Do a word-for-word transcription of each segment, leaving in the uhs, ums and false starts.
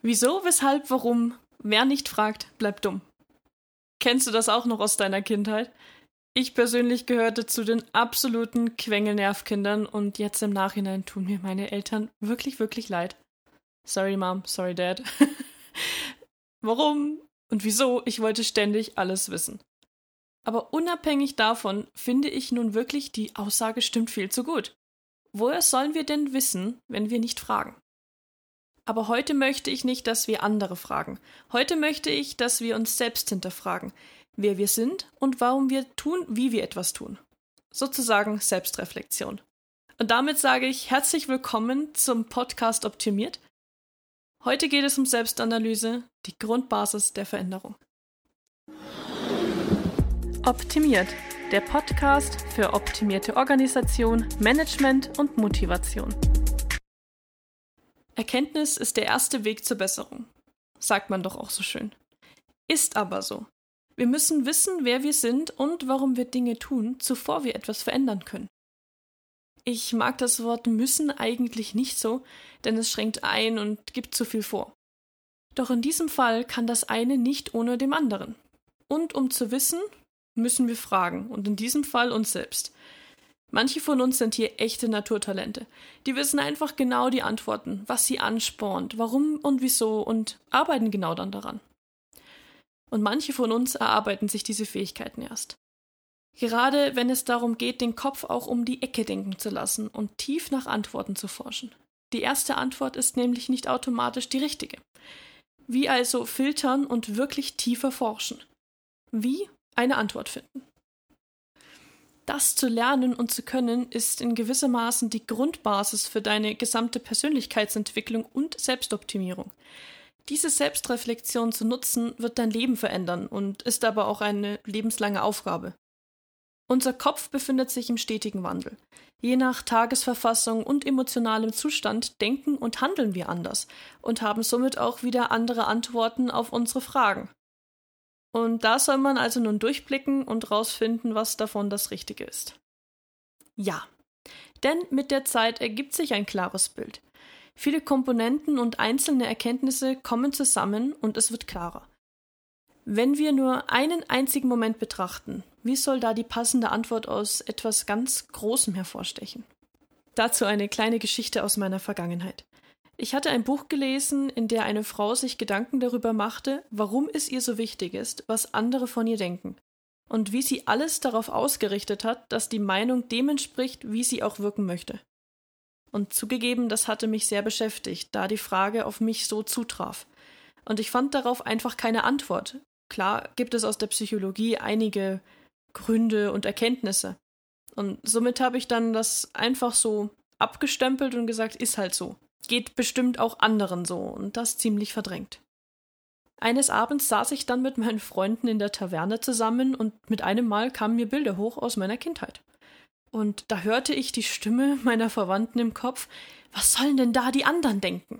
Wieso, weshalb, warum? Wer nicht fragt, bleibt dumm. Kennst du das auch noch aus deiner Kindheit? Ich persönlich gehörte zu den absoluten Quengelnervkindern und jetzt im Nachhinein tun mir meine Eltern wirklich, wirklich leid. Sorry Mom, sorry Dad. Warum und wieso? Ich wollte ständig alles wissen. Aber unabhängig davon finde ich nun wirklich, die Aussage stimmt viel zu gut. Woher sollen wir denn wissen, wenn wir nicht fragen? Aber heute möchte ich nicht, dass wir andere fragen. Heute möchte ich, dass wir uns selbst hinterfragen, wer wir sind und warum wir tun, wie wir etwas tun. Sozusagen Selbstreflexion. Und damit sage ich herzlich willkommen zum Podcast Optimiert. Heute geht es um Selbstanalyse, die Grundbasis der Veränderung. Optimiert, der Podcast für optimierte Organisation, Management und Motivation. Erkenntnis ist der erste Weg zur Besserung, sagt man doch auch so schön. Ist aber so. Wir müssen wissen, wer wir sind und warum wir Dinge tun, zuvor wir etwas verändern können. Ich mag das Wort müssen eigentlich nicht so, denn es schränkt ein und gibt zu viel vor. Doch in diesem Fall kann das eine nicht ohne dem anderen. Und um zu wissen, müssen wir fragen und in diesem Fall uns selbst. Manche von uns sind hier echte Naturtalente. Die wissen einfach genau die Antworten, was sie anspornt, warum und wieso und arbeiten genau dann daran. Und manche von uns erarbeiten sich diese Fähigkeiten erst. Gerade wenn es darum geht, den Kopf auch um die Ecke denken zu lassen und tief nach Antworten zu forschen. Die erste Antwort ist nämlich nicht automatisch die richtige. Wie also filtern und wirklich tiefer forschen? Wie eine Antwort finden? Das zu lernen und zu können, ist in gewissermaßen die Grundbasis für deine gesamte Persönlichkeitsentwicklung und Selbstoptimierung. Diese Selbstreflexion zu nutzen, wird dein Leben verändern und ist aber auch eine lebenslange Aufgabe. Unser Kopf befindet sich im stetigen Wandel. Je nach Tagesverfassung und emotionalem Zustand denken und handeln wir anders und haben somit auch wieder andere Antworten auf unsere Fragen. Und da soll man also nun durchblicken und rausfinden, was davon das Richtige ist. Ja, denn mit der Zeit ergibt sich ein klares Bild. Viele Komponenten und einzelne Erkenntnisse kommen zusammen und es wird klarer. Wenn wir nur einen einzigen Moment betrachten, wie soll da die passende Antwort aus etwas ganz Großem hervorstechen? Dazu eine kleine Geschichte aus meiner Vergangenheit. Ich hatte ein Buch gelesen, in der eine Frau sich Gedanken darüber machte, warum es ihr so wichtig ist, was andere von ihr denken. Und wie sie alles darauf ausgerichtet hat, dass die Meinung dem entspricht, wie sie auch wirken möchte. Und zugegeben, das hatte mich sehr beschäftigt, da die Frage auf mich so zutraf. Und ich fand darauf einfach keine Antwort. Klar gibt es aus der Psychologie einige Gründe und Erkenntnisse. Und somit habe ich dann das einfach so abgestempelt und gesagt, ist halt so. Geht bestimmt auch anderen so und das ziemlich verdrängt. Eines Abends saß ich dann mit meinen Freunden in der Taverne zusammen und mit einem Mal kamen mir Bilder hoch aus meiner Kindheit. Und da hörte ich die Stimme meiner Verwandten im Kopf, was sollen denn da die anderen denken?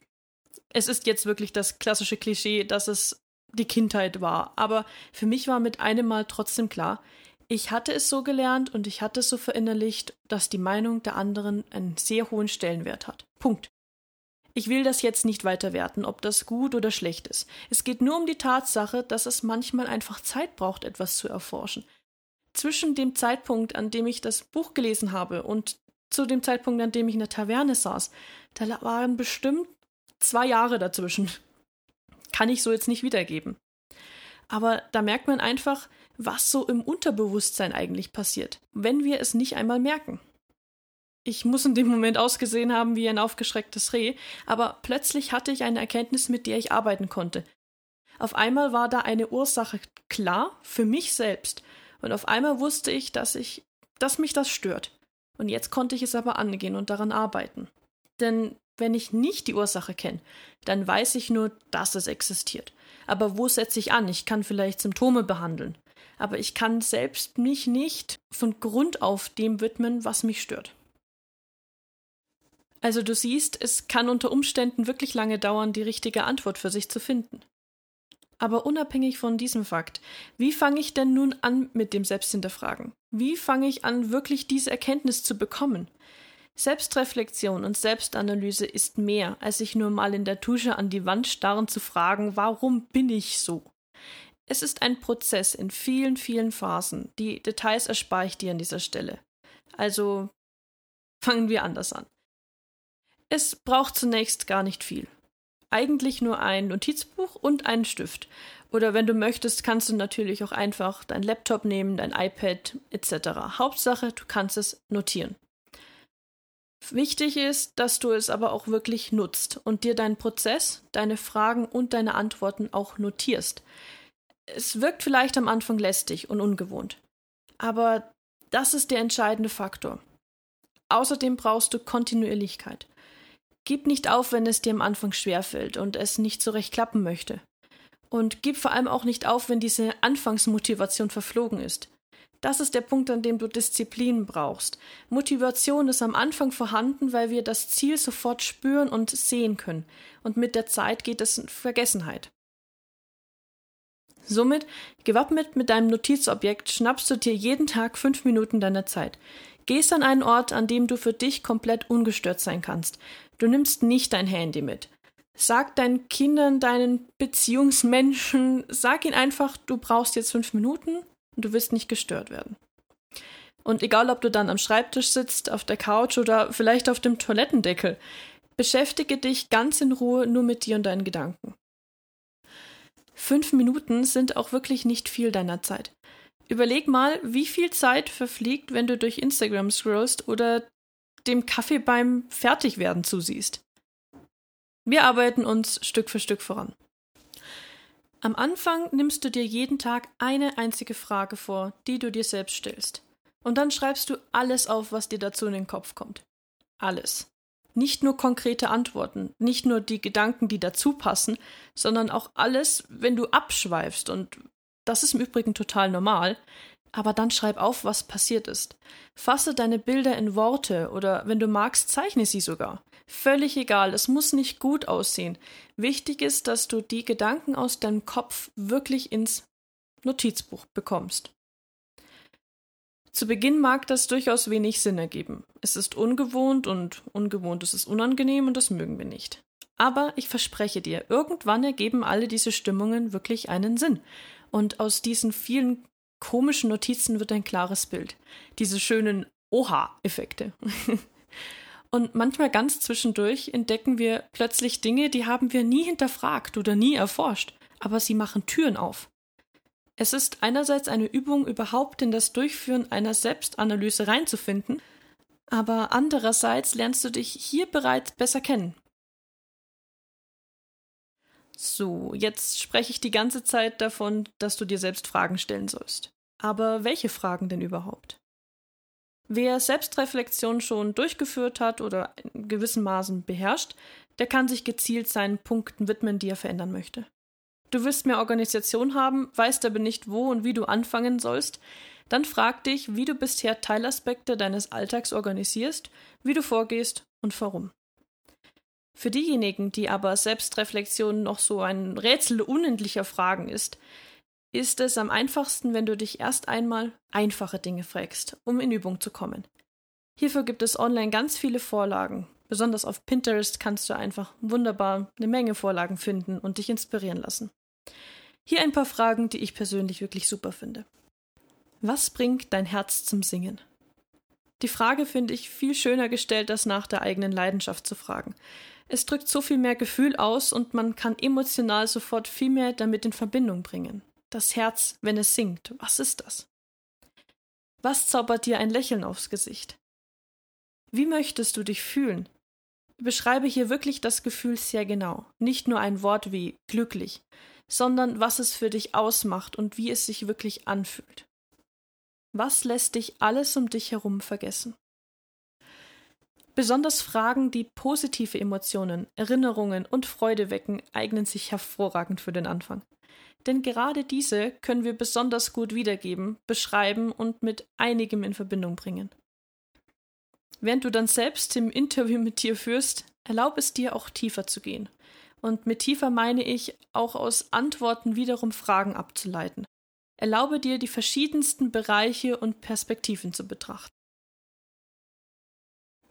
Es ist jetzt wirklich das klassische Klischee, dass es die Kindheit war, aber für mich war mit einem Mal trotzdem klar, ich hatte es so gelernt und ich hatte es so verinnerlicht, dass die Meinung der anderen einen sehr hohen Stellenwert hat. Punkt. Ich will das jetzt nicht weiter werten, ob das gut oder schlecht ist. Es geht nur um die Tatsache, dass es manchmal einfach Zeit braucht, etwas zu erforschen. Zwischen dem Zeitpunkt, an dem ich das Buch gelesen habe und zu dem Zeitpunkt, an dem ich in der Taverne saß, da waren bestimmt zwei Jahre dazwischen. Kann ich so jetzt nicht wiedergeben. Aber da merkt man einfach, was so im Unterbewusstsein eigentlich passiert, wenn wir es nicht einmal merken. Ich muss in dem Moment ausgesehen haben wie ein aufgeschrecktes Reh, aber plötzlich hatte ich eine Erkenntnis, mit der ich arbeiten konnte. Auf einmal war da eine Ursache klar für mich selbst und auf einmal wusste ich, dass ich, dass mich das stört. Und jetzt konnte ich es aber angehen und daran arbeiten. Denn wenn ich nicht die Ursache kenne, dann weiß ich nur, dass es existiert. Aber wo setze ich an? Ich kann vielleicht Symptome behandeln. Aber ich kann selbst mich nicht von Grund auf dem widmen, was mich stört. Also du siehst, es kann unter Umständen wirklich lange dauern, die richtige Antwort für sich zu finden. Aber unabhängig von diesem Fakt, wie fange ich denn nun an mit dem Selbsthinterfragen? Wie fange ich an, wirklich diese Erkenntnis zu bekommen? Selbstreflexion und Selbstanalyse ist mehr, als sich nur mal in der Dusche an die Wand starren zu fragen, warum bin ich so? Es ist ein Prozess in vielen, vielen Phasen. Die Details erspare ich dir an dieser Stelle. Also fangen wir anders an. Es braucht zunächst gar nicht viel. Eigentlich nur ein Notizbuch und einen Stift. Oder wenn du möchtest, kannst du natürlich auch einfach dein Laptop nehmen, dein iPad et cetera. Hauptsache, du kannst es notieren. Wichtig ist, dass du es aber auch wirklich nutzt und dir deinen Prozess, deine Fragen und deine Antworten auch notierst. Es wirkt vielleicht am Anfang lästig und ungewohnt, aber das ist der entscheidende Faktor. Außerdem brauchst du Kontinuierlichkeit. Gib nicht auf, wenn es dir am Anfang schwerfällt und es nicht so recht klappen möchte. Und gib vor allem auch nicht auf, wenn diese Anfangsmotivation verflogen ist. Das ist der Punkt, an dem du Disziplin brauchst. Motivation ist am Anfang vorhanden, weil wir das Ziel sofort spüren und sehen können. Und mit der Zeit geht es in Vergessenheit. Somit, gewappnet mit deinem Notizobjekt, schnappst du dir jeden Tag fünf Minuten deiner Zeit. Gehst an einen Ort, an dem du für dich komplett ungestört sein kannst. Du nimmst nicht dein Handy mit. Sag deinen Kindern, deinen Beziehungsmenschen, sag ihnen einfach, du brauchst jetzt fünf Minuten und du wirst nicht gestört werden. Und egal, ob du dann am Schreibtisch sitzt, auf der Couch oder vielleicht auf dem Toilettendeckel, beschäftige dich ganz in Ruhe nur mit dir und deinen Gedanken. Fünf Minuten sind auch wirklich nicht viel deiner Zeit. Überleg mal, wie viel Zeit verfliegt, wenn du durch Instagram scrollst oder dem Kaffee beim Fertigwerden zusiehst. Wir arbeiten uns Stück für Stück voran. Am Anfang nimmst du dir jeden Tag eine einzige Frage vor, die du dir selbst stellst. Und dann schreibst du alles auf, was dir dazu in den Kopf kommt. Alles. Nicht nur konkrete Antworten, nicht nur die Gedanken, die dazu passen, sondern auch alles, wenn du abschweifst. Und das ist im Übrigen total normal. Aber dann schreib auf, was passiert ist. Fasse deine Bilder in Worte oder, wenn du magst, zeichne sie sogar. Völlig egal, es muss nicht gut aussehen. Wichtig ist, dass du die Gedanken aus deinem Kopf wirklich ins Notizbuch bekommst. Zu Beginn mag das durchaus wenig Sinn ergeben. Es ist ungewohnt und ungewohnt ist es unangenehm und das mögen wir nicht. Aber ich verspreche dir, irgendwann ergeben alle diese Stimmungen wirklich einen Sinn. Und aus diesen vielen komischen Notizen wird ein klares Bild. Diese schönen Oha-Effekte. Und manchmal ganz zwischendurch entdecken wir plötzlich Dinge, die haben wir nie hinterfragt oder nie erforscht, aber sie machen Türen auf. Es ist einerseits eine Übung, überhaupt in das Durchführen einer Selbstanalyse reinzufinden, aber andererseits lernst du dich hier bereits besser kennen. So, jetzt spreche ich die ganze Zeit davon, dass du dir selbst Fragen stellen sollst. Aber welche Fragen denn überhaupt? Wer Selbstreflexion schon durchgeführt hat oder in gewissem Maßen beherrscht, der kann sich gezielt seinen Punkten widmen, die er verändern möchte. Du willst mehr Organisation haben, weißt aber nicht, wo und wie du anfangen sollst, dann frag dich, wie du bisher Teilaspekte deines Alltags organisierst, wie du vorgehst und warum. Für diejenigen, die aber Selbstreflexion noch so ein Rätsel unendlicher Fragen ist, ist es am einfachsten, wenn du dich erst einmal einfache Dinge fragst, um in Übung zu kommen. Hierfür gibt es online ganz viele Vorlagen. Besonders auf Pinterest kannst du einfach wunderbar eine Menge Vorlagen finden und dich inspirieren lassen. Hier ein paar Fragen, die ich persönlich wirklich super finde. Was bringt dein Herz zum Singen? Die Frage finde ich viel schöner gestellt, als nach der eigenen Leidenschaft zu fragen. Es drückt so viel mehr Gefühl aus und man kann emotional sofort viel mehr damit in Verbindung bringen. Das Herz, wenn es singt, was ist das? Was zaubert dir ein Lächeln aufs Gesicht? Wie möchtest du dich fühlen? Beschreibe hier wirklich das Gefühl sehr genau. Nicht nur ein Wort wie glücklich, sondern was es für dich ausmacht und wie es sich wirklich anfühlt. Was lässt dich alles um dich herum vergessen? Besonders Fragen, die positive Emotionen, Erinnerungen und Freude wecken, eignen sich hervorragend für den Anfang. Denn gerade diese können wir besonders gut wiedergeben, beschreiben und mit einigem in Verbindung bringen. Während du dann selbst im Interview mit dir führst, erlaub es dir auch tiefer zu gehen. Und mit tiefer meine ich, auch aus Antworten wiederum Fragen abzuleiten. Erlaube dir, die verschiedensten Bereiche und Perspektiven zu betrachten.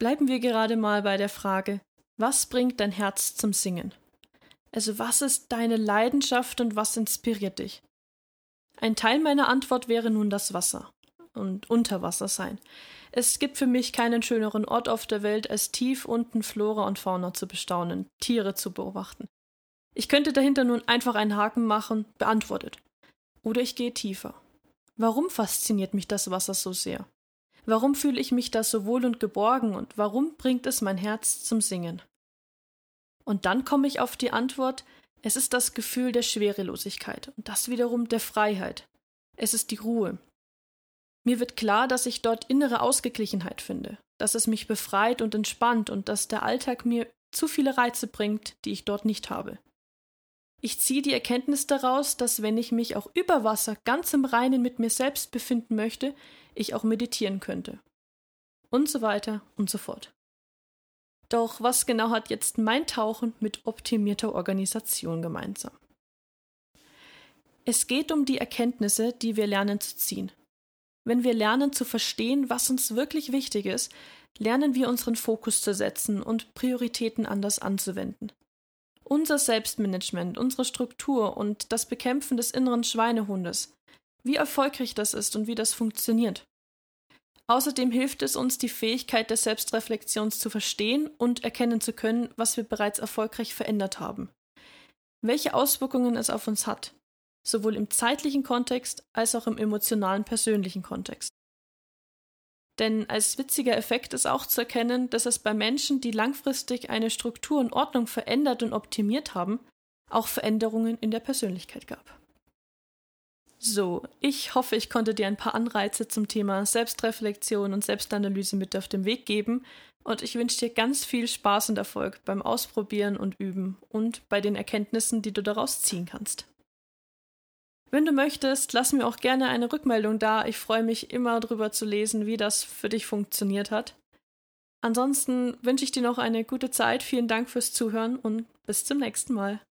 Bleiben wir gerade mal bei der Frage, was bringt dein Herz zum Singen? Also was ist deine Leidenschaft und was inspiriert dich? Ein Teil meiner Antwort wäre nun das Wasser und Unterwasser sein. Es gibt für mich keinen schöneren Ort auf der Welt, als tief unten Flora und Fauna zu bestaunen, Tiere zu beobachten. Ich könnte dahinter nun einfach einen Haken machen, beantwortet. Oder ich gehe tiefer. Warum fasziniert mich das Wasser so sehr? Warum fühle ich mich da so wohl und geborgen und warum bringt es mein Herz zum Singen? Und dann komme ich auf die Antwort, es ist das Gefühl der Schwerelosigkeit und das wiederum der Freiheit. Es ist die Ruhe. Mir wird klar, dass ich dort innere Ausgeglichenheit finde, dass es mich befreit und entspannt und dass der Alltag mir zu viele Reize bringt, die ich dort nicht habe. Ich ziehe die Erkenntnis daraus, dass wenn ich mich auch über Wasser ganz im Reinen mit mir selbst befinden möchte, ich auch meditieren könnte. Und so weiter und so fort. Doch was genau hat jetzt mein Tauchen mit optimierter Organisation gemeinsam? Es geht um die Erkenntnisse, die wir lernen zu ziehen. Wenn wir lernen zu verstehen, was uns wirklich wichtig ist, lernen wir unseren Fokus zu setzen und Prioritäten anders anzuwenden. Unser Selbstmanagement, unsere Struktur und das Bekämpfen des inneren Schweinehundes, wie erfolgreich das ist und wie das funktioniert. Außerdem hilft es uns, die Fähigkeit der Selbstreflexion zu verstehen und erkennen zu können, was wir bereits erfolgreich verändert haben. Welche Auswirkungen es auf uns hat, sowohl im zeitlichen Kontext als auch im emotionalen, persönlichen Kontext. Denn als witziger Effekt ist auch zu erkennen, dass es bei Menschen, die langfristig eine Struktur und Ordnung verändert und optimiert haben, auch Veränderungen in der Persönlichkeit gab. So, ich hoffe, ich konnte dir ein paar Anreize zum Thema Selbstreflexion und Selbstanalyse mit auf den Weg geben und ich wünsche dir ganz viel Spaß und Erfolg beim Ausprobieren und Üben und bei den Erkenntnissen, die du daraus ziehen kannst. Wenn du möchtest, lass mir auch gerne eine Rückmeldung da. Ich freue mich immer darüber zu lesen, wie das für dich funktioniert hat. Ansonsten wünsche ich dir noch eine gute Zeit. Vielen Dank fürs Zuhören und bis zum nächsten Mal.